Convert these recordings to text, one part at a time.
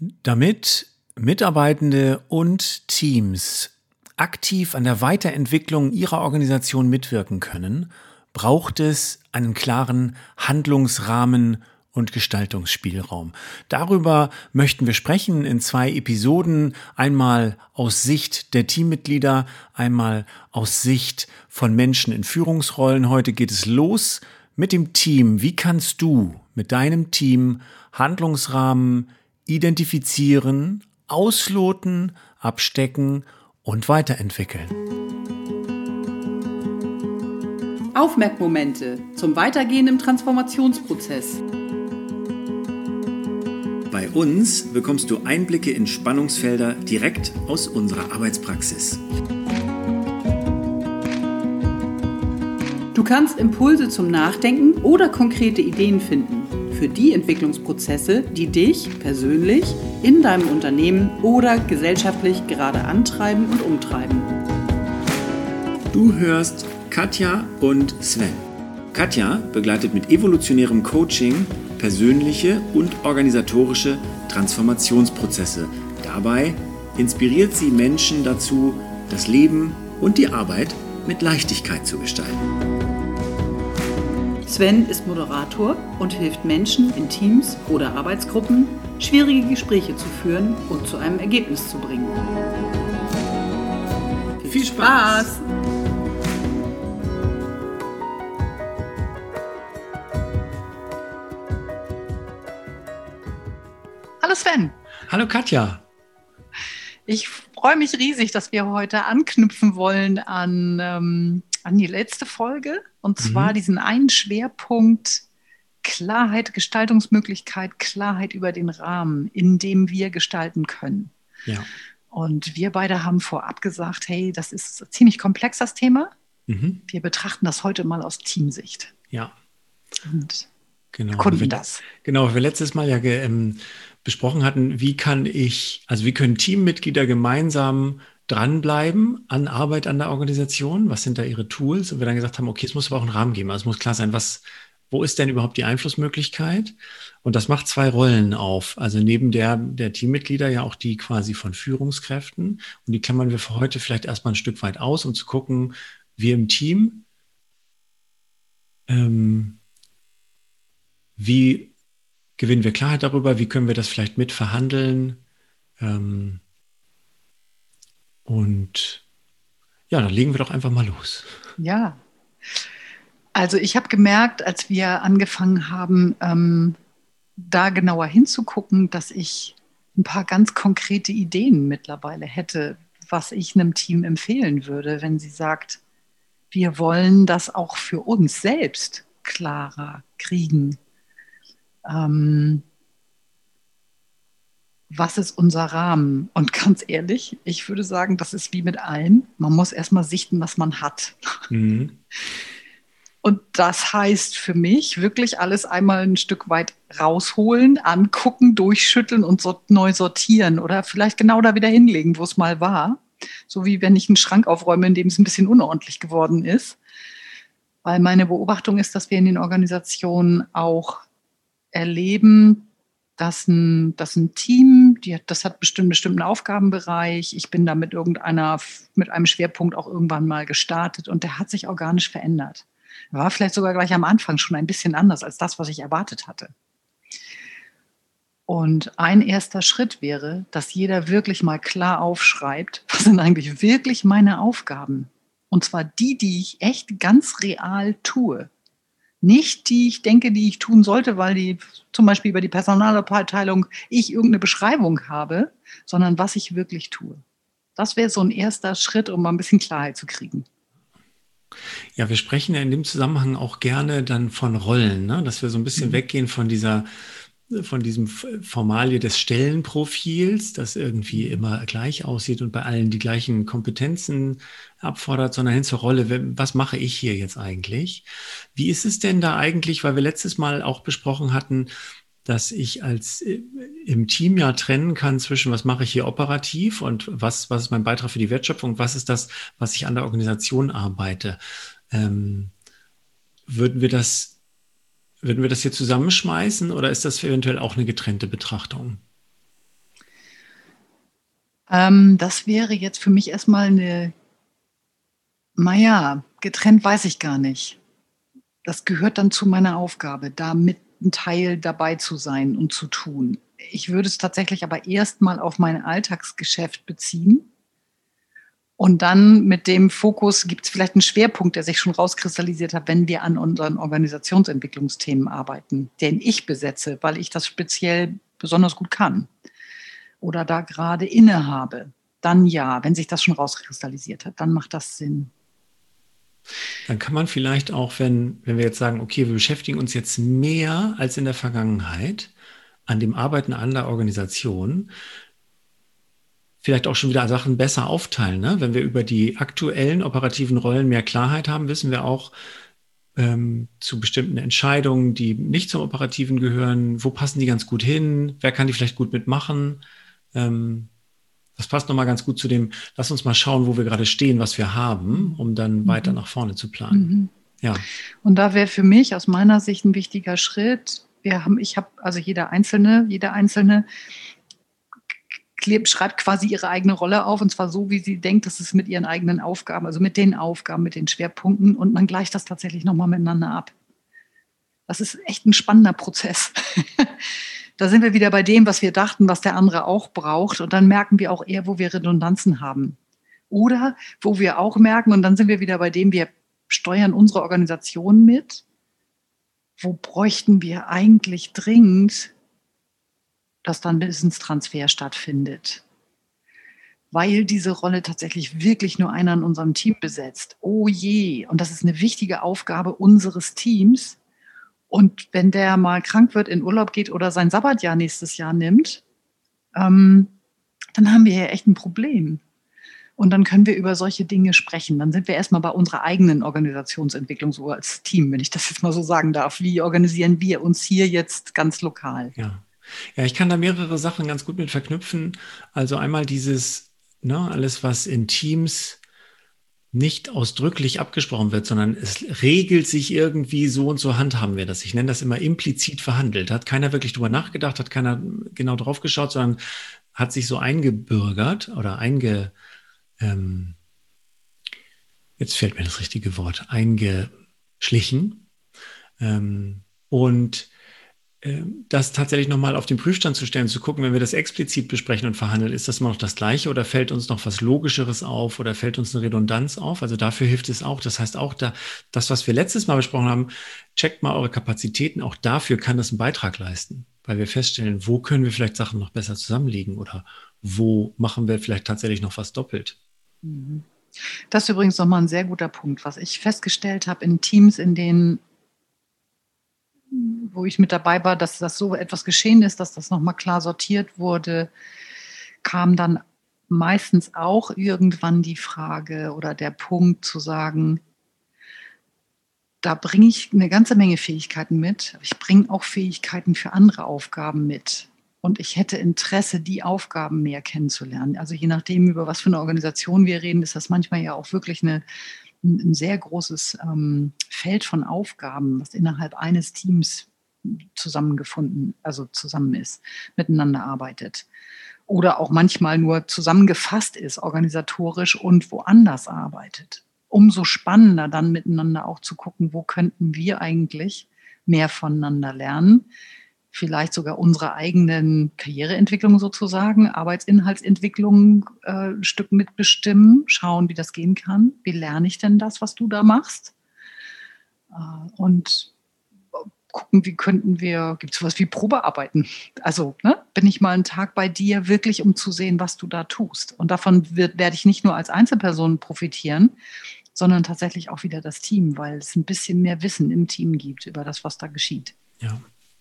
Damit Mitarbeitende und Teams aktiv an der Weiterentwicklung ihrer Organisation mitwirken können, braucht es einen klaren Handlungsrahmen und Gestaltungsspielraum. Darüber möchten wir sprechen in 2 Episoden, einmal aus Sicht der Teammitglieder, einmal aus Sicht von Menschen in Führungsrollen. Heute geht es los mit dem Team. Wie kannst du mit deinem Team Handlungsrahmen identifizieren, ausloten, abstecken und weiterentwickeln? Aufmerkmomente zum Weitergehen im Transformationsprozess. Bei uns bekommst du Einblicke in Spannungsfelder direkt aus unserer Arbeitspraxis. Du kannst Impulse zum Nachdenken oder konkrete Ideen finden für die Entwicklungsprozesse, die dich persönlich in deinem Unternehmen oder gesellschaftlich gerade antreiben und umtreiben. Du hörst Katja und Sven. Katja begleitet mit evolutionärem Coaching persönliche und organisatorische Transformationsprozesse. Dabei inspiriert sie Menschen dazu, das Leben und die Arbeit mit Leichtigkeit zu gestalten. Sven ist Moderator und hilft Menschen in Teams oder Arbeitsgruppen, schwierige Gespräche zu führen und zu einem Ergebnis zu bringen. Viel Spaß! Hallo Sven. Hallo Katja. Ich freue mich riesig, dass wir heute anknüpfen wollen an die letzte Folge. Und zwar diesen einen Schwerpunkt Klarheit, Gestaltungsmöglichkeit, Klarheit über den Rahmen, in dem wir gestalten können. Ja. Und wir beide haben vorab gesagt, hey, das ist ziemlich komplex, das Thema. Wir betrachten das heute mal aus Teamsicht. Ja. Und genau. erkunden das. Genau, weil wir letztes Mal ja besprochen hatten, wie können Teammitglieder gemeinsam dranbleiben an Arbeit an der Organisation? Was sind da ihre Tools? Und wir dann gesagt haben, okay, es muss aber auch einen Rahmen geben. Also es muss klar sein, wo ist denn überhaupt die Einflussmöglichkeit? Und das macht 2 Rollen auf. Also neben der Teammitglieder ja auch die quasi von Führungskräften. Und die klammern wir für heute vielleicht erstmal ein Stück weit aus, um zu gucken, wir im Team, wie gewinnen wir Klarheit darüber? Wie können wir das vielleicht mitverhandeln? Und ja, dann legen wir doch einfach mal los. Ja, also ich habe gemerkt, als wir angefangen haben, da genauer hinzugucken, dass ich ein paar ganz konkrete Ideen mittlerweile hätte, was ich einem Team empfehlen würde, wenn sie sagt, wir wollen das auch für uns selbst klarer kriegen. Was ist unser Rahmen? Und ganz ehrlich, ich würde sagen, das ist wie mit allem. Man muss erstmal sichten, was man hat. Und das heißt für mich wirklich alles einmal ein Stück weit rausholen, angucken, durchschütteln und neu sortieren oder vielleicht genau da wieder hinlegen, wo es mal war. So wie wenn ich einen Schrank aufräume, in dem es ein bisschen unordentlich geworden ist. Weil meine Beobachtung ist, dass wir in den Organisationen auch erleben, dass ein Team, das hat einen bestimmten Aufgabenbereich. Ich bin da mit einem Schwerpunkt auch irgendwann mal gestartet und der hat sich organisch verändert. War vielleicht sogar gleich am Anfang schon ein bisschen anders als das, was ich erwartet hatte. Und ein erster Schritt wäre, dass jeder wirklich mal klar aufschreibt, was sind eigentlich wirklich meine Aufgaben? Und zwar die ich echt ganz real tue. Nicht die ich denke, die ich tun sollte, weil die zum Beispiel über die Personalabteilung ich irgendeine Beschreibung habe, sondern was ich wirklich tue. Das wäre so ein erster Schritt, um mal ein bisschen Klarheit zu kriegen. Ja, wir sprechen ja in dem Zusammenhang auch gerne dann von Rollen, ne? Dass wir so ein bisschen weggehen von diesem Formalie des Stellenprofils, das irgendwie immer gleich aussieht und bei allen die gleichen Kompetenzen abfordert, sondern hin zur Rolle. Was mache ich hier jetzt eigentlich? Wie ist es denn da eigentlich, weil wir letztes Mal auch besprochen hatten, dass ich im Team ja trennen kann zwischen, was mache ich hier operativ und was ist mein Beitrag für die Wertschöpfung, was ist das, was ich an der Organisation arbeite. Würden wir das hier zusammenschmeißen oder ist das eventuell auch eine getrennte Betrachtung? Das wäre jetzt für mich erstmal getrennt weiß ich gar nicht. Das gehört dann zu meiner Aufgabe, da mit ein Teil dabei zu sein und zu tun. Ich würde es tatsächlich aber erstmal auf mein Alltagsgeschäft beziehen. Und dann mit dem Fokus gibt es vielleicht einen Schwerpunkt, der sich schon rauskristallisiert hat, wenn wir an unseren Organisationsentwicklungsthemen arbeiten, den ich besetze, weil ich das speziell besonders gut kann oder da gerade innehabe. Dann ja, wenn sich das schon rauskristallisiert hat, dann macht das Sinn. Dann kann man vielleicht auch, wenn wir jetzt sagen, okay, wir beschäftigen uns jetzt mehr als in der Vergangenheit an dem Arbeiten an der Organisation, vielleicht auch schon wieder Sachen besser aufteilen. Ne? Wenn wir über die aktuellen operativen Rollen mehr Klarheit haben, wissen wir auch zu bestimmten Entscheidungen, die nicht zum Operativen gehören, wo passen die ganz gut hin, wer kann die vielleicht gut mitmachen. Das passt nochmal ganz gut zu dem, lass uns mal schauen, wo wir gerade stehen, was wir haben, um dann weiter nach vorne zu planen. Ja. Und da wäre für mich aus meiner Sicht ein wichtiger Schritt, jeder Einzelne schreibt quasi ihre eigene Rolle auf, und zwar so, wie sie denkt, dass es mit ihren eigenen Aufgaben, also mit den Aufgaben, mit den Schwerpunkten, und man gleicht das tatsächlich nochmal miteinander ab. Das ist echt ein spannender Prozess. Da sind wir wieder bei dem, was wir dachten, was der andere auch braucht, und dann merken wir auch eher, wo wir Redundanzen haben. Oder wo wir auch merken, und dann sind wir wieder bei dem, wir steuern unsere Organisation mit, wo bräuchten wir eigentlich dringend, dass dann Wissenstransfer stattfindet. Weil diese Rolle tatsächlich wirklich nur einer in unserem Team besetzt. Oh je, und das ist eine wichtige Aufgabe unseres Teams. Und wenn der mal krank wird, in Urlaub geht oder sein Sabbatjahr nächstes Jahr nimmt, dann haben wir hier echt ein Problem. Und dann können wir über solche Dinge sprechen. Dann sind wir erstmal bei unserer eigenen Organisationsentwicklung, so als Team, wenn ich das jetzt mal so sagen darf. Wie organisieren wir uns hier jetzt ganz lokal? Ja, ich kann da mehrere Sachen ganz gut mit verknüpfen. Also einmal dieses, alles, was in Teams nicht ausdrücklich abgesprochen wird, sondern es regelt sich irgendwie, so und so handhaben wir das. Ich nenne das immer implizit verhandelt. Hat keiner wirklich drüber nachgedacht, hat keiner genau drauf geschaut, sondern hat sich so eingebürgert oder jetzt fällt mir das richtige Wort, eingeschlichen. Und das tatsächlich nochmal auf den Prüfstand zu stellen, zu gucken, wenn wir das explizit besprechen und verhandeln, ist das immer noch das Gleiche oder fällt uns noch was Logischeres auf oder fällt uns eine Redundanz auf? Also dafür hilft es auch. Das heißt auch, das, was wir letztes Mal besprochen haben, checkt mal eure Kapazitäten. Auch dafür kann das einen Beitrag leisten, weil wir feststellen, wo können wir vielleicht Sachen noch besser zusammenlegen oder wo machen wir vielleicht tatsächlich noch was doppelt. Das ist übrigens nochmal ein sehr guter Punkt, was ich festgestellt habe in Teams, in denen wo ich mit dabei war, dass das so etwas geschehen ist, dass das nochmal klar sortiert wurde, kam dann meistens auch irgendwann die Frage oder der Punkt zu sagen, da bringe ich eine ganze Menge Fähigkeiten mit. Ich bringe auch Fähigkeiten für andere Aufgaben mit. Und ich hätte Interesse, die Aufgaben mehr kennenzulernen. Also je nachdem, über was für eine Organisation wir reden, ist das manchmal ja auch wirklich ein sehr großes Feld von Aufgaben, was innerhalb eines Teams zusammen ist, miteinander arbeitet. Oder auch manchmal nur zusammengefasst ist, organisatorisch und woanders arbeitet. Umso spannender dann miteinander auch zu gucken, wo könnten wir eigentlich mehr voneinander lernen, vielleicht sogar unsere eigenen Karriereentwicklung sozusagen, Arbeitsinhaltsentwicklung ein Stück mitbestimmen, schauen, wie das gehen kann. Wie lerne ich denn das, was du da machst? Und gucken, gibt es sowas wie Probearbeiten? Also bin ich mal einen Tag bei dir, wirklich um zu sehen, was du da tust. Und davon werde ich nicht nur als Einzelperson profitieren, sondern tatsächlich auch wieder das Team, weil es ein bisschen mehr Wissen im Team gibt über das, was da geschieht. Ja.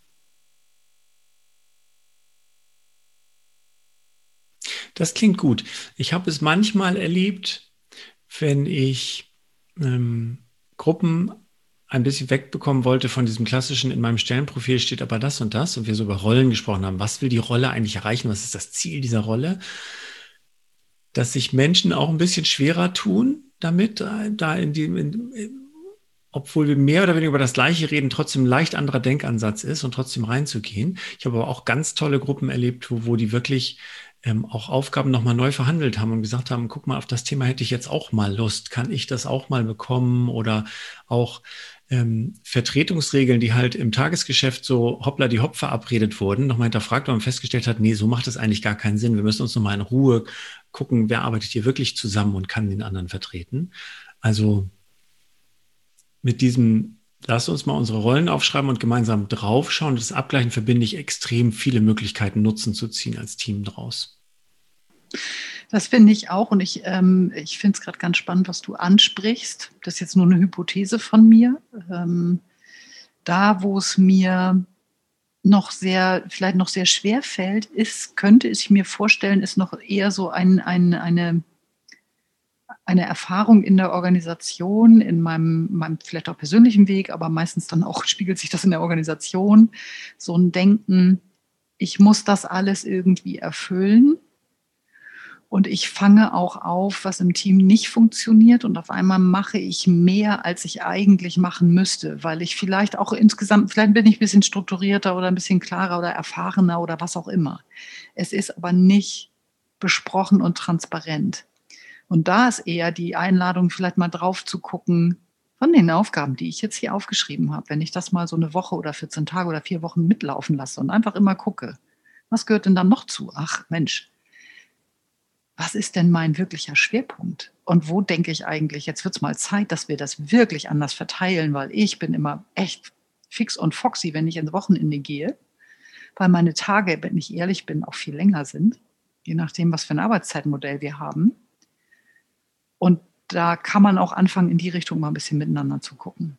Das klingt gut. Ich habe es manchmal erlebt, wenn ich Gruppen ein bisschen wegbekommen wollte von diesem klassischen, in meinem Stellenprofil steht aber das und wir so über Rollen gesprochen haben. Was will die Rolle eigentlich erreichen? Was ist das Ziel dieser Rolle? Dass sich Menschen auch ein bisschen schwerer tun, damit da obwohl wir mehr oder weniger über das Gleiche reden, trotzdem ein leicht anderer Denkansatz ist und trotzdem reinzugehen. Ich habe aber auch ganz tolle Gruppen erlebt, wo die wirklich auch Aufgaben nochmal neu verhandelt haben und gesagt haben, guck mal, auf das Thema hätte ich jetzt auch mal Lust, kann ich das auch mal bekommen? Oder auch Vertretungsregeln, die halt im Tagesgeschäft so hoppla die hopp verabredet wurden, nochmal hinterfragt, weil man festgestellt hat, nee, so macht es eigentlich gar keinen Sinn. Wir müssen uns nochmal in Ruhe gucken, wer arbeitet hier wirklich zusammen und kann den anderen vertreten. Also mit diesem, lass uns mal unsere Rollen aufschreiben und gemeinsam draufschauen. Das Abgleichen verbinde ich extrem viele Möglichkeiten, Nutzen zu ziehen als Team draus. Das finde ich auch und ich finde es gerade ganz spannend, was du ansprichst. Das ist jetzt nur eine Hypothese von mir. Da, wo es mir vielleicht noch sehr schwer fällt, könnte ich mir vorstellen, ist noch eher so eine Erfahrung in der Organisation, in meinem vielleicht auch persönlichen Weg, aber meistens dann auch spiegelt sich das in der Organisation. So ein Denken, ich muss das alles irgendwie erfüllen. Und ich fange auch auf, was im Team nicht funktioniert. Und auf einmal mache ich mehr, als ich eigentlich machen müsste, weil ich vielleicht auch insgesamt, vielleicht bin ich ein bisschen strukturierter oder ein bisschen klarer oder erfahrener oder was auch immer. Es ist aber nicht besprochen und transparent. Und da ist eher die Einladung, vielleicht mal drauf zu gucken, von den Aufgaben, die ich jetzt hier aufgeschrieben habe, wenn ich das mal so eine Woche oder 14 Tage oder 4 Wochen mitlaufen lasse und einfach immer gucke, was gehört denn dann noch zu? Ach Mensch, was ist denn mein wirklicher Schwerpunkt? Und wo denke ich eigentlich, jetzt wird es mal Zeit, dass wir das wirklich anders verteilen, weil ich bin immer echt fix und foxy, wenn ich ins Wochenende gehe, weil meine Tage, wenn ich ehrlich bin, auch viel länger sind, je nachdem, was für ein Arbeitszeitmodell wir haben. Und da kann man auch anfangen, in die Richtung mal ein bisschen miteinander zu gucken.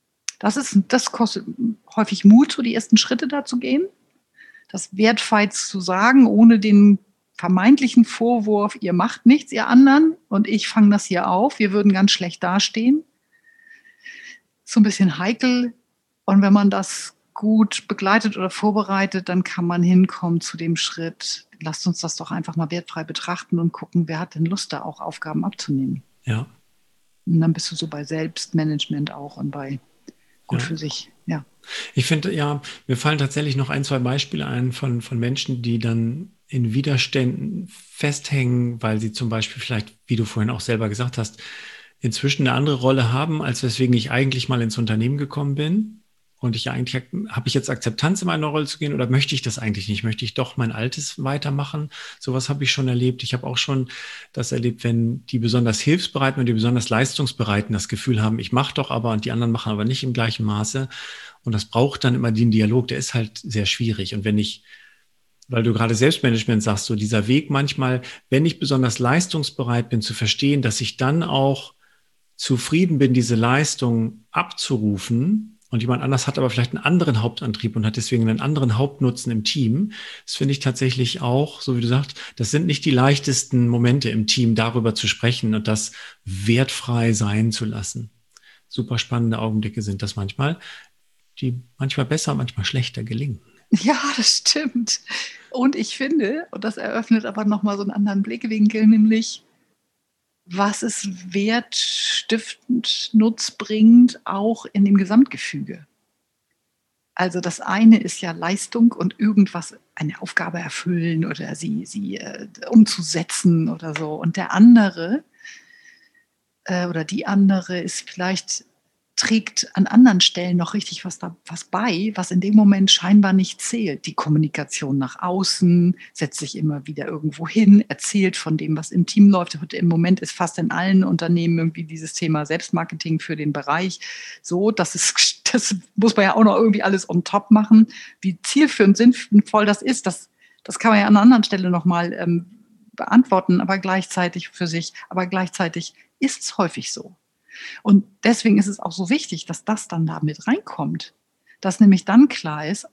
Das kostet häufig Mut, so die ersten Schritte da zu gehen, das wertfrei zu sagen, ohne den vermeintlichen Vorwurf, ihr macht nichts, ihr anderen, und ich fange das hier auf, wir würden ganz schlecht dastehen. So ein bisschen heikel. Und wenn man das gut begleitet oder vorbereitet, dann kann man hinkommen zu dem Schritt, lasst uns das doch einfach mal wertfrei betrachten und gucken, wer hat denn Lust, da auch Aufgaben abzunehmen. Ja. Und dann bist du so bei Selbstmanagement auch und bei gut für sich, ja. Ich finde, ja, mir fallen tatsächlich noch 1, 2 Beispiele ein von Menschen, die dann in Widerständen festhängen, weil sie zum Beispiel vielleicht, wie du vorhin auch selber gesagt hast, inzwischen eine andere Rolle haben, als weswegen ich eigentlich mal ins Unternehmen gekommen bin. Und habe ich jetzt Akzeptanz in meine Rolle zu gehen oder möchte ich das eigentlich nicht? Möchte ich doch mein Altes weitermachen? Sowas habe ich schon erlebt. Ich habe auch schon das erlebt, wenn die besonders Hilfsbereiten und die besonders Leistungsbereiten das Gefühl haben, ich mache doch aber und die anderen machen aber nicht im gleichen Maße. Und das braucht dann immer den Dialog, der ist halt sehr schwierig. Und weil du gerade Selbstmanagement sagst, so dieser Weg manchmal, wenn ich besonders leistungsbereit bin, zu verstehen, dass ich dann auch zufrieden bin, diese Leistung abzurufen, und jemand anders hat aber vielleicht einen anderen Hauptantrieb und hat deswegen einen anderen Hauptnutzen im Team. Das finde ich tatsächlich auch, so wie du sagst, das sind nicht die leichtesten Momente im Team, darüber zu sprechen und das wertfrei sein zu lassen. Super spannende Augenblicke sind das manchmal, die manchmal besser, manchmal schlechter gelingen. Ja, das stimmt. Und ich finde, und das eröffnet aber nochmal so einen anderen Blickwinkel, nämlich, was ist wertstiftend, nutzbringend auch in dem Gesamtgefüge. Also das eine ist ja Leistung und irgendwas, eine Aufgabe erfüllen oder sie umzusetzen oder so. Und der andere oder die andere ist vielleicht, trägt an anderen Stellen noch richtig was bei, was in dem Moment scheinbar nicht zählt. Die Kommunikation nach außen, setzt sich immer wieder irgendwo hin, erzählt von dem, was im Team läuft. Im Moment ist fast in allen Unternehmen irgendwie dieses Thema Selbstmarketing für den Bereich so, das muss man ja auch noch irgendwie alles on top machen. Wie zielführend, sinnvoll das ist, das kann man ja an einer anderen Stelle nochmal beantworten, aber gleichzeitig für sich, aber gleichzeitig ist es häufig so. Und deswegen ist es auch so wichtig, dass das dann da mit reinkommt. Dass nämlich dann klar ist,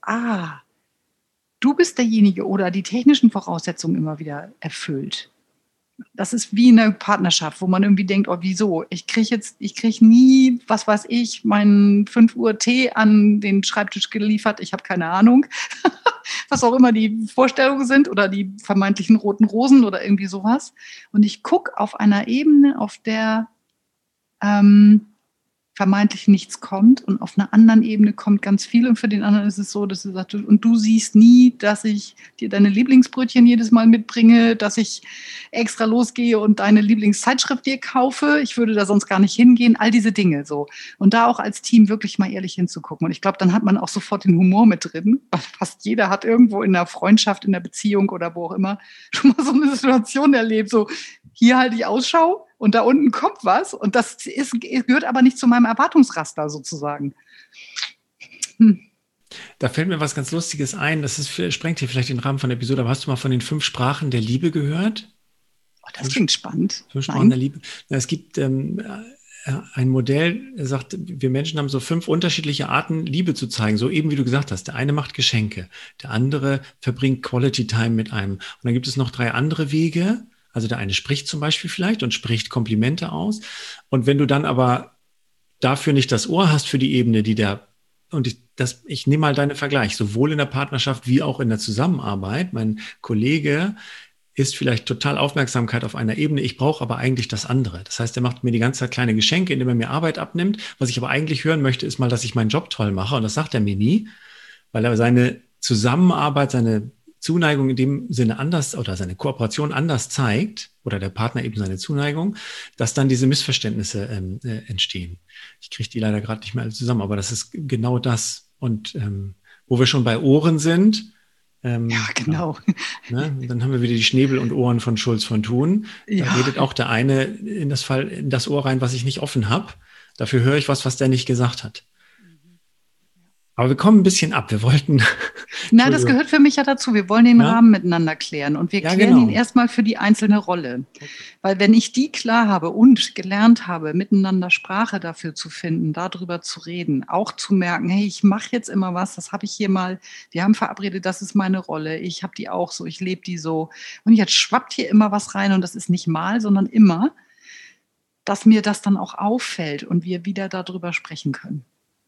du bist derjenige oder die technischen Voraussetzungen immer wieder erfüllt. Das ist wie eine Partnerschaft, wo man irgendwie denkt, wieso? Ich kriege nie, was weiß ich, meinen 5 Uhr Tee an den Schreibtisch geliefert. Ich habe keine Ahnung, was auch immer die Vorstellungen sind oder die vermeintlichen roten Rosen oder irgendwie sowas. Und ich gucke auf einer Ebene, auf der vermeintlich nichts kommt und auf einer anderen Ebene kommt ganz viel und für den anderen ist es so, dass er sagt, und du siehst nie, dass ich dir deine Lieblingsbrötchen jedes Mal mitbringe, dass ich extra losgehe und deine Lieblingszeitschrift dir kaufe, ich würde da sonst gar nicht hingehen, all diese Dinge so. Und da auch als Team wirklich mal ehrlich hinzugucken. Und ich glaube, dann hat man auch sofort den Humor mit drin, weil fast jeder hat irgendwo in der Freundschaft, in der Beziehung oder wo auch immer schon mal so eine Situation erlebt, so hier halte ich Ausschau und da unten kommt was und das gehört aber nicht zu meinem Erwartungsraster sozusagen. Da fällt mir was ganz Lustiges ein, sprengt hier vielleicht den Rahmen von der Episode, aber hast du mal von den 5 Sprachen der Liebe gehört? Oh, das klingt spannend. 5 Sprachen der Liebe. Es gibt ein Modell, das sagt, wir Menschen haben so 5 unterschiedliche Arten, Liebe zu zeigen, so eben wie du gesagt hast. Der eine macht Geschenke, der andere verbringt Quality Time mit einem. Und dann gibt es noch 3 andere Wege. Also der eine spricht zum Beispiel vielleicht und spricht Komplimente aus. Und wenn du dann aber dafür nicht das Ohr hast für die Ebene, ich nehme mal deinen Vergleich, sowohl in der Partnerschaft wie auch in der Zusammenarbeit. Mein Kollege ist vielleicht total Aufmerksamkeit auf einer Ebene, ich brauche aber eigentlich das andere. Das heißt, er macht mir die ganze Zeit kleine Geschenke, indem er mir Arbeit abnimmt. Was ich aber eigentlich hören möchte, ist mal, dass ich meinen Job toll mache. Und das sagt er mir nie, weil er seine Zusammenarbeit, seine Zuneigung in dem Sinne anders oder seine Kooperation anders zeigt oder der Partner eben seine Zuneigung, dass dann diese Missverständnisse entstehen. Ich kriege die leider gerade nicht mehr alle zusammen, aber das ist genau das. Und wo wir schon bei Ohren sind, ja, genau. Ne, dann haben wir wieder die Schnäbel und Ohren von Schulz von Thun. Da redet auch der eine in das Ohr rein, was ich nicht offen habe. Dafür höre ich was der nicht gesagt hat. Aber wir kommen ein bisschen ab. Wir wollten... Na, das gehört für mich ja dazu. Wir wollen den Rahmen miteinander klären. Und wir klären ihn erstmal für die einzelne Rolle. Okay. Weil wenn ich die klar habe und gelernt habe, miteinander Sprache dafür zu finden, darüber zu reden, auch zu merken, hey, ich mache jetzt immer was, das habe ich hier mal, wir haben verabredet, das ist meine Rolle, ich habe die auch so, ich lebe die so. Und jetzt schwappt hier immer was rein und das ist nicht mal, sondern immer, dass mir das dann auch auffällt und wir wieder darüber sprechen können.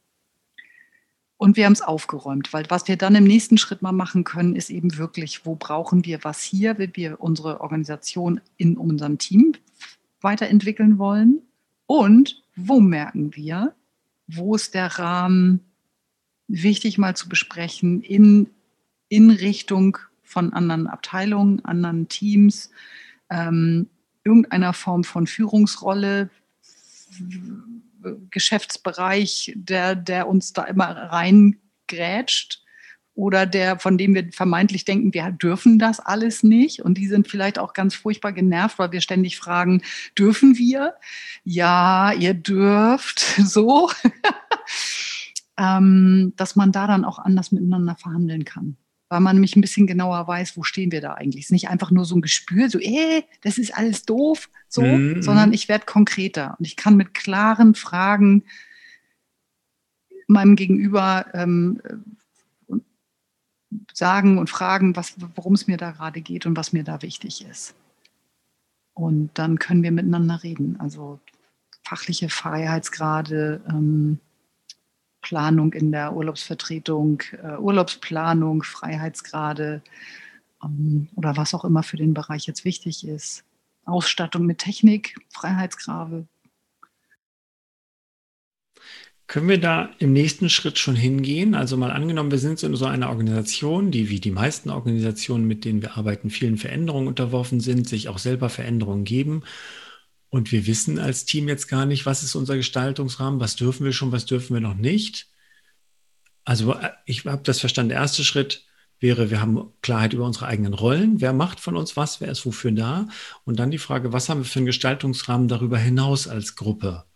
Und wir haben es aufgeräumt, weil was wir dann im nächsten Schritt mal machen können, ist eben wirklich, wo brauchen wir was hier, wenn wir unsere Organisation in unserem Team weiterentwickeln wollen und wo merken wir, wo ist der Rahmen wichtig mal zu besprechen in Richtung von anderen Abteilungen, anderen Teams, irgendeiner Form von Führungsrolle, Geschäftsbereich, der uns da immer reingrätscht oder von dem wir vermeintlich denken, wir dürfen das alles nicht und die sind vielleicht auch ganz furchtbar genervt, weil wir ständig fragen, dürfen wir? Ja, ihr dürft, so, dass man da dann auch anders miteinander verhandeln kann. Weil man nämlich ein bisschen genauer weiß, wo stehen wir da eigentlich. Es ist nicht einfach nur so ein Gespür, so, das ist alles doof, so, sondern ich werde konkreter und ich kann mit klaren Fragen meinem Gegenüber sagen und fragen, worum es mir da gerade geht und was mir da wichtig ist. Und dann können wir miteinander reden. Also fachliche Freiheitsgrade, Planung in der Urlaubsvertretung, Urlaubsplanung, Freiheitsgrade oder was auch immer für den Bereich jetzt wichtig ist. Ausstattung mit Technik, Freiheitsgrade. Können wir da im nächsten Schritt schon hingehen? Also mal angenommen, wir sind in so einer Organisation, die wie die meisten Organisationen, mit denen wir arbeiten, vielen Veränderungen unterworfen sind, sich auch selber Veränderungen geben. Und wir wissen als Team jetzt gar nicht, was ist unser Gestaltungsrahmen, was dürfen wir schon, was dürfen wir noch nicht. Also ich habe das verstanden, der erste Schritt wäre, wir haben Klarheit über unsere eigenen Rollen, wer macht von uns was, wer ist wofür da. Und dann die Frage, was haben wir für einen Gestaltungsrahmen darüber hinaus als Gruppe?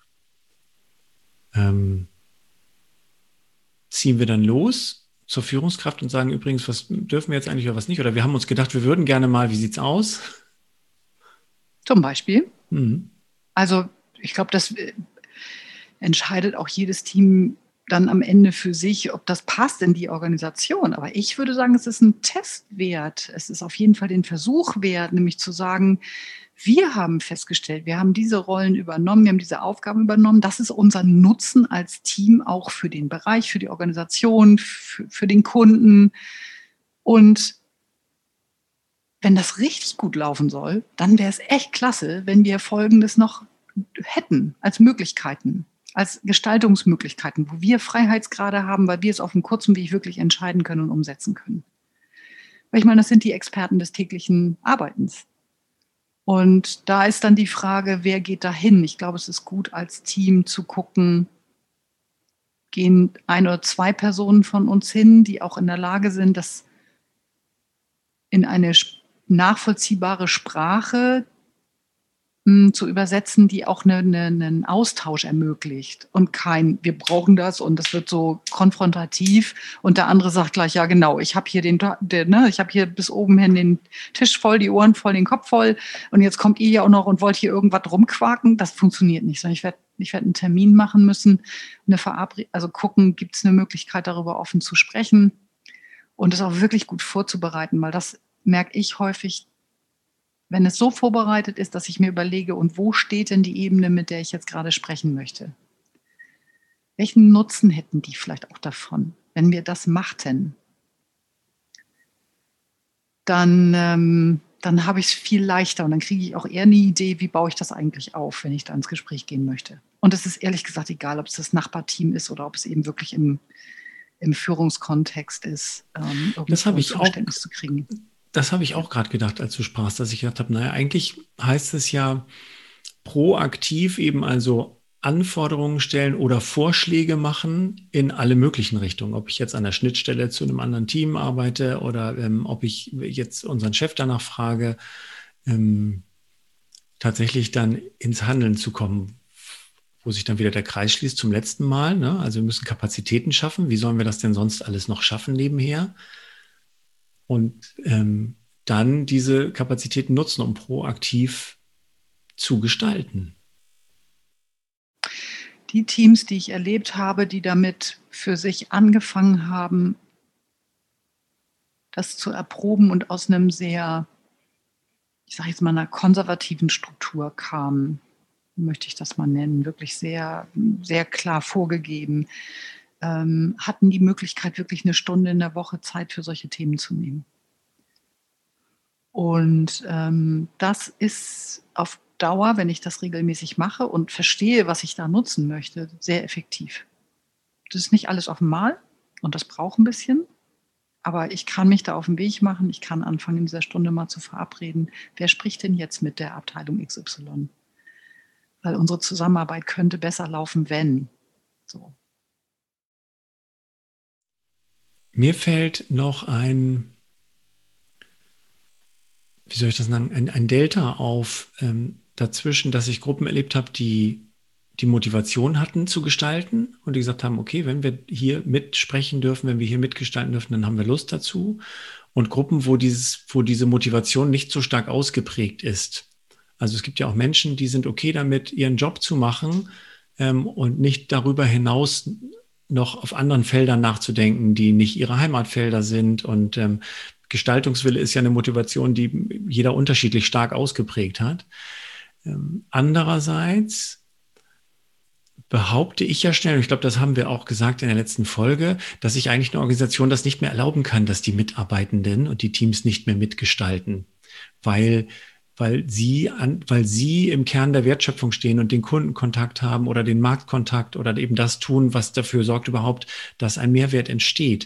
Ziehen wir dann los zur Führungskraft und sagen übrigens, was dürfen wir jetzt eigentlich oder was nicht? Oder wir haben uns gedacht, wir würden gerne mal, wie sieht's aus? Zum Beispiel. Also ich glaube, das entscheidet auch jedes Team dann am Ende für sich, ob das passt in die Organisation. Aber ich würde sagen, es ist ein Testwert. Es ist auf jeden Fall den Versuch wert, nämlich zu sagen, wir haben festgestellt, wir haben diese Rollen übernommen, wir haben diese Aufgaben übernommen. Das ist unser Nutzen als Team auch für den Bereich, für die Organisation, für den Kunden. Und wenn das richtig gut laufen soll, dann wäre es echt klasse, wenn wir Folgendes noch hätten als Möglichkeiten. als Gestaltungsmöglichkeiten, wo wir Freiheitsgrade haben, weil wir es auf einem kurzen Weg wirklich entscheiden können und umsetzen können. Weil ich meine, das sind die Experten des täglichen Arbeitens. Und da ist dann die Frage, wer geht da hin? Ich glaube, es ist gut, als Team zu gucken, gehen 1 oder 2 Personen von uns hin, die auch in der Lage sind, das in eine nachvollziehbare Sprache zu übersetzen, die auch einen Austausch ermöglicht und kein, wir brauchen das und das wird so konfrontativ und der andere sagt gleich, ja genau, ich habe hier ich habe hier bis oben hin den Tisch voll, die Ohren voll, den Kopf voll und jetzt kommt ihr ja auch noch und wollt hier irgendwas rumquaken. Das funktioniert nicht, sondern ich werd einen Termin machen müssen, also gucken, gibt es eine Möglichkeit, darüber offen zu sprechen und es auch wirklich gut vorzubereiten, weil das merke ich häufig, wenn es so vorbereitet ist, dass ich mir überlege, und wo steht denn die Ebene, mit der ich jetzt gerade sprechen möchte? Welchen Nutzen hätten die vielleicht auch davon, wenn wir das machten? Dann habe ich es viel leichter und dann kriege ich auch eher eine Idee, wie baue ich das eigentlich auf, wenn ich da ins Gespräch gehen möchte. Und es ist ehrlich gesagt egal, ob es das Nachbarteam ist oder ob es eben wirklich im Führungskontext ist, das habe ich Verständnis zu kriegen. Das habe ich auch gerade gedacht, als du sprachst, dass ich gedacht habe, naja, eigentlich heißt es ja proaktiv eben also Anforderungen stellen oder Vorschläge machen in alle möglichen Richtungen. Ob ich jetzt an der Schnittstelle zu einem anderen Team arbeite oder ob ich jetzt unseren Chef danach frage, tatsächlich dann ins Handeln zu kommen, wo sich dann wieder der Kreis schließt zum letzten Mal. Ne? Also wir müssen Kapazitäten schaffen. Wie sollen wir das denn sonst alles noch schaffen nebenher? Und dann diese Kapazitäten nutzen, um proaktiv zu gestalten. Die Teams, die ich erlebt habe, die damit für sich angefangen haben, das zu erproben und aus einem sehr, ich sage jetzt mal, einer konservativen Struktur kamen, möchte ich das mal nennen, wirklich sehr, sehr klar vorgegeben, hatten die Möglichkeit, wirklich 1 Stunde in der Woche Zeit für solche Themen zu nehmen. Und das ist auf Dauer, wenn ich das regelmäßig mache und verstehe, was ich da nutzen möchte, sehr effektiv. Das ist nicht alles auf einmal und das braucht ein bisschen, aber ich kann mich da auf den Weg machen, ich kann anfangen, in dieser Stunde mal zu verabreden, wer spricht denn jetzt mit der Abteilung XY? Weil unsere Zusammenarbeit könnte besser laufen, wenn. So. Mir fällt noch ein Delta auf dazwischen, dass ich Gruppen erlebt habe, die Motivation hatten zu gestalten und die gesagt haben, okay, wenn wir hier mitsprechen dürfen, wenn wir hier mitgestalten dürfen, dann haben wir Lust dazu. Und Gruppen, wo diese Motivation nicht so stark ausgeprägt ist. Also es gibt ja auch Menschen, die sind okay damit, ihren Job zu machen und nicht darüber hinaus noch auf anderen Feldern nachzudenken, die nicht ihre Heimatfelder sind. Und Gestaltungswille ist ja eine Motivation, die jeder unterschiedlich stark ausgeprägt hat. Andererseits behaupte ich ja schnell, und ich glaube, das haben wir auch gesagt in der letzten Folge, dass sich eigentlich eine Organisation das nicht mehr erlauben kann, dass die Mitarbeitenden und die Teams nicht mehr mitgestalten, weil sie im Kern der Wertschöpfung stehen und den Kundenkontakt haben oder den Marktkontakt oder eben das tun, was dafür sorgt überhaupt, dass ein Mehrwert entsteht.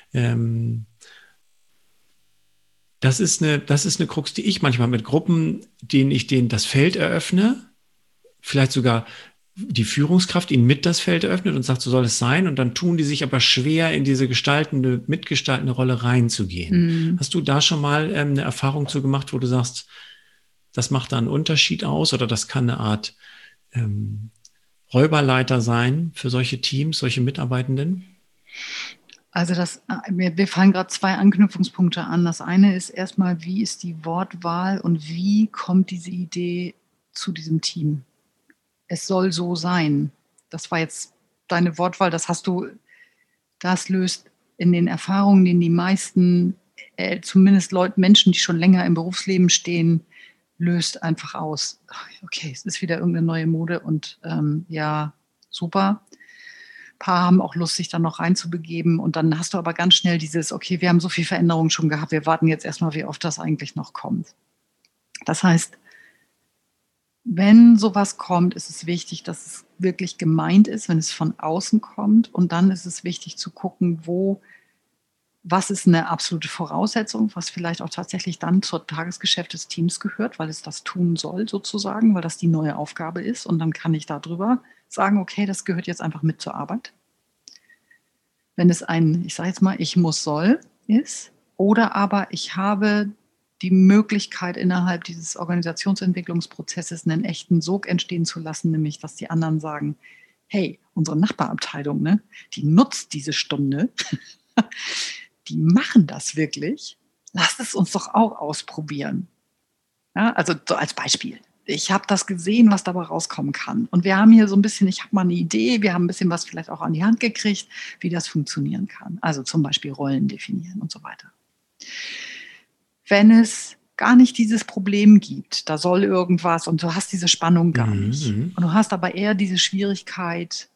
Das ist eine Krux, die ich manchmal mit Gruppen, denen das Feld eröffne, vielleicht sogar die Führungskraft ihnen mit das Feld eröffnet und sagt, so soll es sein. Und dann tun die sich aber schwer, in diese mitgestaltende Rolle reinzugehen. Mhm. Hast du da schon mal eine Erfahrung zu gemacht, wo du sagst, das macht da einen Unterschied aus oder das kann eine Art Räuberleiter sein für solche Teams, solche Mitarbeitenden? Also mir fallen gerade 2 Anknüpfungspunkte an. Das eine ist erstmal, wie ist die Wortwahl und wie kommt diese Idee zu diesem Team? Es soll so sein. Das war jetzt deine Wortwahl, das löst in den Erfahrungen, die die meisten, zumindest Menschen, die schon länger im Berufsleben stehen, löst einfach aus. Okay, es ist wieder irgendeine neue Mode und ja, super. Ein paar haben auch Lust, sich dann noch reinzubegeben und dann hast du aber ganz schnell dieses, okay, wir haben so viel Veränderung schon gehabt, wir warten jetzt erstmal, wie oft das eigentlich noch kommt. Das heißt, wenn sowas kommt, ist es wichtig, dass es wirklich gemeint ist, wenn es von außen kommt. Und dann ist es wichtig zu gucken, was ist eine absolute Voraussetzung, was vielleicht auch tatsächlich dann zur Tagesgeschäft des Teams gehört, weil es das tun soll sozusagen, weil das die neue Aufgabe ist. Und dann kann ich darüber sagen, okay, das gehört jetzt einfach mit zur Arbeit. Wenn es ein, ich sage jetzt mal, ich muss, soll ist, oder aber ich habe die Möglichkeit, innerhalb dieses Organisationsentwicklungsprozesses einen echten Sog entstehen zu lassen, nämlich, dass die anderen sagen, hey, unsere Nachbarabteilung, ne, die nutzt diese Stunde, die machen das wirklich, lasst es uns doch auch ausprobieren. Ja, also so als Beispiel. Ich habe das gesehen, was dabei rauskommen kann. Und wir haben hier so ein bisschen, ich habe mal eine Idee, wir haben ein bisschen was vielleicht auch an die Hand gekriegt, wie das funktionieren kann. Also zum Beispiel Rollen definieren und so weiter. Wenn es gar nicht dieses Problem gibt, da soll irgendwas und du hast diese Spannung gar nicht. Und du hast aber eher diese Schwierigkeit,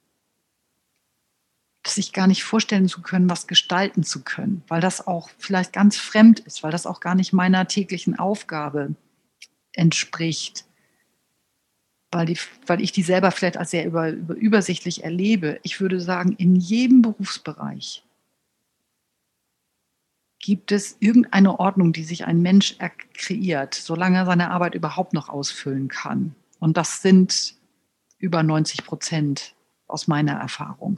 sich gar nicht vorstellen zu können, was gestalten zu können, weil das auch vielleicht ganz fremd ist, weil das auch gar nicht meiner täglichen Aufgabe entspricht, weil ich die selber vielleicht als sehr übersichtlich erlebe. Ich würde sagen, in jedem Berufsbereich gibt es irgendeine Ordnung, die sich ein Mensch kreiert, solange er seine Arbeit überhaupt noch ausfüllen kann. Und das sind über 90% aus meiner Erfahrung.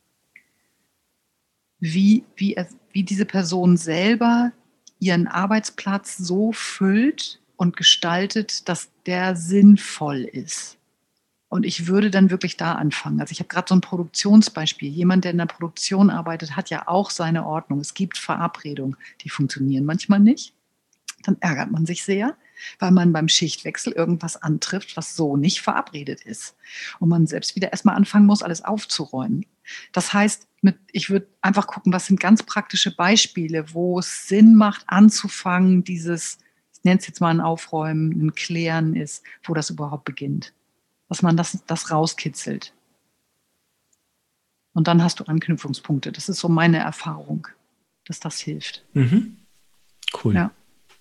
Wie diese Person selber ihren Arbeitsplatz so füllt und gestaltet, dass der sinnvoll ist. Und ich würde dann wirklich da anfangen. Also ich habe gerade so ein Produktionsbeispiel. Jemand, der in der Produktion arbeitet, hat ja auch seine Ordnung. Es gibt Verabredungen, die funktionieren manchmal nicht. Dann ärgert man sich sehr, weil man beim Schichtwechsel irgendwas antrifft, was so nicht verabredet ist. Und man selbst wieder erstmal anfangen muss, alles aufzuräumen. Das heißt, ich würde einfach gucken, was sind ganz praktische Beispiele, wo es Sinn macht, anzufangen, ich nenne es jetzt mal ein Aufräumen, ein Klären ist, wo das überhaupt beginnt. Dass man das rauskitzelt. Und dann hast du Anknüpfungspunkte. Das ist so meine Erfahrung, dass das hilft. Mhm. Cool. Ja.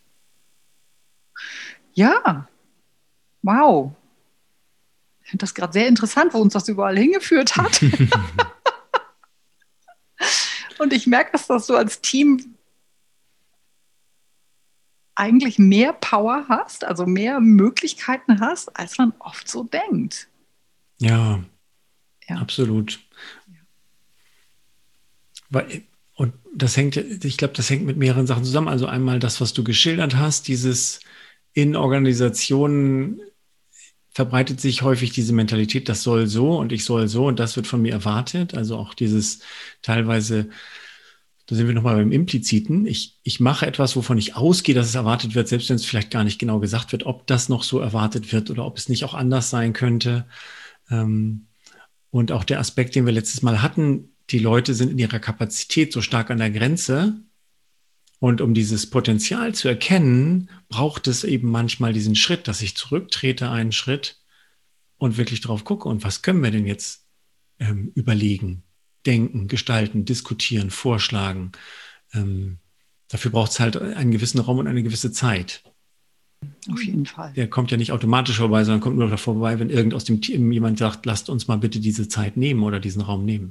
Ja, wow. Ich finde das gerade sehr interessant, wo uns das überall hingeführt hat. Und ich merke, dass du als Team eigentlich mehr Power hast, also mehr Möglichkeiten hast, als man oft so denkt. Ja. Absolut. Ja. Und ich glaube, das hängt mit mehreren Sachen zusammen. Also einmal das, was du geschildert hast, dieses in Organisationen verbreitet sich häufig diese Mentalität, das soll so und ich soll so und das wird von mir erwartet. Also auch dieses teilweise, da sind wir nochmal beim Impliziten. Ich mache etwas, wovon ich ausgehe, dass es erwartet wird, selbst wenn es vielleicht gar nicht genau gesagt wird, ob das noch so erwartet wird oder ob es nicht auch anders sein könnte. Und auch der Aspekt, den wir letztes Mal hatten, die Leute sind in ihrer Kapazität so stark an der Grenze. Und um dieses Potenzial zu erkennen, braucht es eben manchmal diesen Schritt, dass ich zurücktrete einen Schritt und wirklich drauf gucke. Und was können wir denn jetzt überlegen, denken, gestalten, diskutieren, vorschlagen? Dafür braucht es halt einen gewissen Raum und eine gewisse Zeit. Auf jeden Fall. Der kommt ja nicht automatisch vorbei, sondern kommt nur davor vorbei, wenn irgend aus dem Team jemand sagt, lasst uns mal bitte diese Zeit nehmen oder diesen Raum nehmen.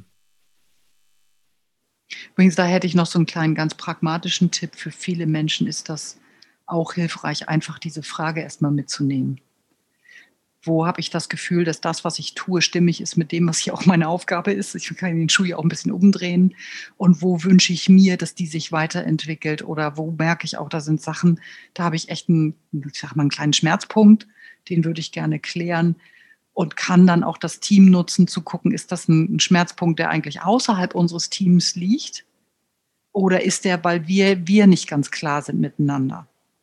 Übrigens, da hätte ich noch so einen kleinen, ganz pragmatischen Tipp. Für viele Menschen ist das auch hilfreich, einfach diese Frage erstmal mitzunehmen. Wo habe ich das Gefühl, dass das, was ich tue, stimmig ist mit dem, was hier auch meine Aufgabe ist? Ich kann den Schuh ja auch ein bisschen umdrehen. Und wo wünsche ich mir, dass die sich weiterentwickelt? Oder wo merke ich auch, da sind Sachen, da habe ich echt einen kleinen Schmerzpunkt, den würde ich gerne klären. Und kann dann auch das Team nutzen, zu gucken, ist das ein Schmerzpunkt, der eigentlich außerhalb unseres Teams liegt? Oder ist der, weil wir nicht ganz klar sind miteinander?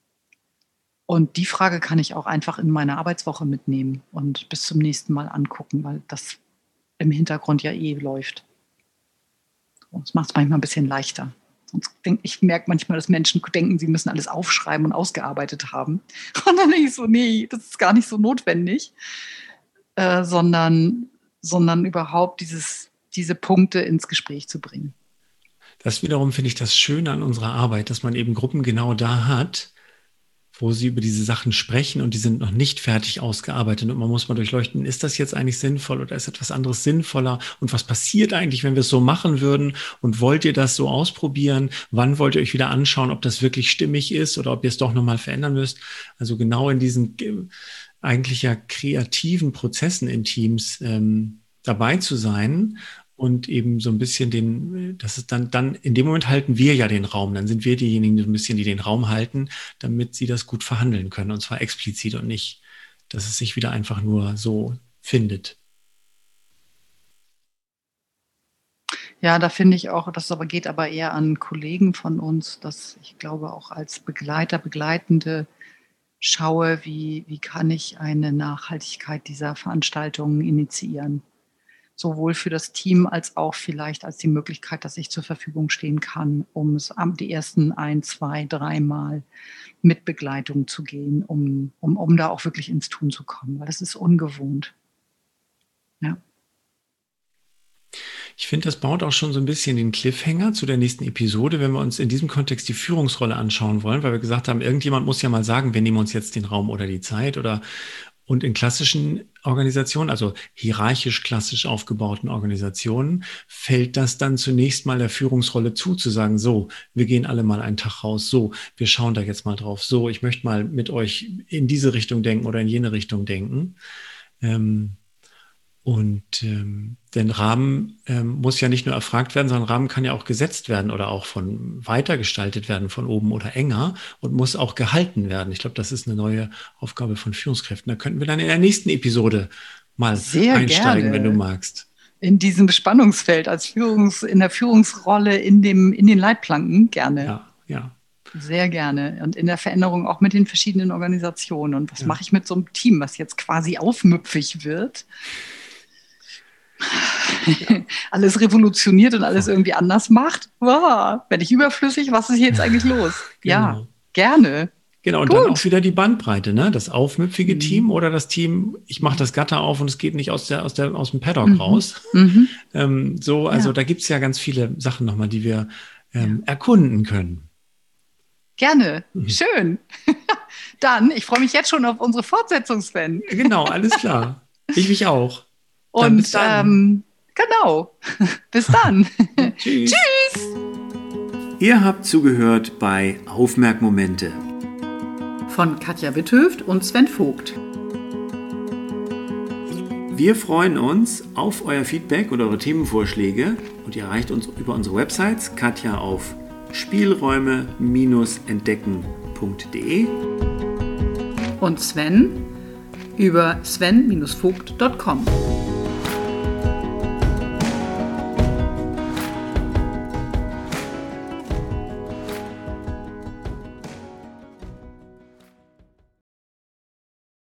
Und die Frage kann ich auch einfach in meine Arbeitswoche mitnehmen und bis zum nächsten Mal angucken, weil das im Hintergrund ja läuft. Und das macht es manchmal ein bisschen leichter. Ich merke manchmal, dass Menschen denken, sie müssen alles aufschreiben und ausgearbeitet haben. Und dann denke ich so, nee, das ist gar nicht so notwendig. Sondern überhaupt diese Punkte ins Gespräch zu bringen. Das wiederum finde ich das Schöne an unserer Arbeit, dass man eben Gruppen genau da hat, wo sie über diese Sachen sprechen und die sind noch nicht fertig ausgearbeitet und man muss mal durchleuchten, ist das jetzt eigentlich sinnvoll oder ist etwas anderes sinnvoller und was passiert eigentlich, wenn wir es so machen würden und wollt ihr das so ausprobieren? Wann wollt ihr euch wieder anschauen, ob das wirklich stimmig ist oder ob ihr es doch nochmal verändern müsst? Also genau in diesen eigentlich ja kreativen Prozessen in Teams dabei zu sein. Und eben so ein bisschen das ist dann in dem Moment halten wir ja den Raum. Dann sind wir diejenigen, die ein bisschen, die den Raum halten, damit sie das gut verhandeln können. Und zwar explizit und nicht, dass es sich wieder einfach nur so findet. Ja, da finde ich auch, das aber geht aber eher an Kollegen von uns, dass ich glaube auch als Begleitende schaue, wie kann ich eine Nachhaltigkeit dieser Veranstaltungen initiieren. Sowohl für das Team als auch vielleicht als die Möglichkeit, dass ich zur Verfügung stehen kann, um es die ersten 1, 2, 3 Mal mit Begleitung zu gehen, um da auch wirklich ins Tun zu kommen, weil das ist ungewohnt. Ja. Ich finde, das baut auch schon so ein bisschen den Cliffhanger zu der nächsten Episode, wenn wir uns in diesem Kontext die Führungsrolle anschauen wollen, weil wir gesagt haben, irgendjemand muss ja mal sagen, wir nehmen uns jetzt den Raum oder die Zeit und in klassischen Organisationen, also hierarchisch klassisch aufgebauten Organisationen, fällt das dann zunächst mal der Führungsrolle zu sagen, so, wir gehen alle mal einen Tag raus, so, wir schauen da jetzt mal drauf, so, ich möchte mal mit euch in diese Richtung denken oder in jene Richtung denken. Den Rahmen muss ja nicht nur erfragt werden, sondern Rahmen kann ja auch gesetzt werden oder auch weitergestaltet werden von oben oder enger und muss auch gehalten werden. Ich glaube, das ist eine neue Aufgabe von Führungskräften. Da könnten wir dann in der nächsten Episode mal sehr einsteigen, gerne, wenn du magst. In diesem Spannungsfeld in der Führungsrolle in den Leitplanken gerne. Ja. Sehr gerne. Und in der Veränderung auch mit den verschiedenen Organisationen. Und was mache ich mit so einem Team, was jetzt quasi aufmüpfig wird? Alles revolutioniert und alles irgendwie anders macht. Wow, werde ich überflüssig? Was ist hier jetzt eigentlich los? Genau. Ja, gerne. Genau, und dann auch wieder die Bandbreite, ne? Das aufmüpfige Team oder das Team, ich mache das Gatter auf und es geht nicht aus dem Paddock raus. Da gibt es ja ganz viele Sachen nochmal, die wir erkunden können. Gerne, schön. Dann, ich freue mich jetzt schon auf unsere Fortsetzung, Sven. Genau, alles klar. Ich mich auch. Und bis dann. Genau. Bis dann. Tschüss. Tschüss. Ihr habt zugehört bei Aufmerkmomente von Katja Witthöft und Sven Vogt. Wir freuen uns auf euer Feedback und eure Themenvorschläge und ihr erreicht uns über unsere Websites, Katja auf spielräume-entdecken.de und Sven über sven-vogt.com.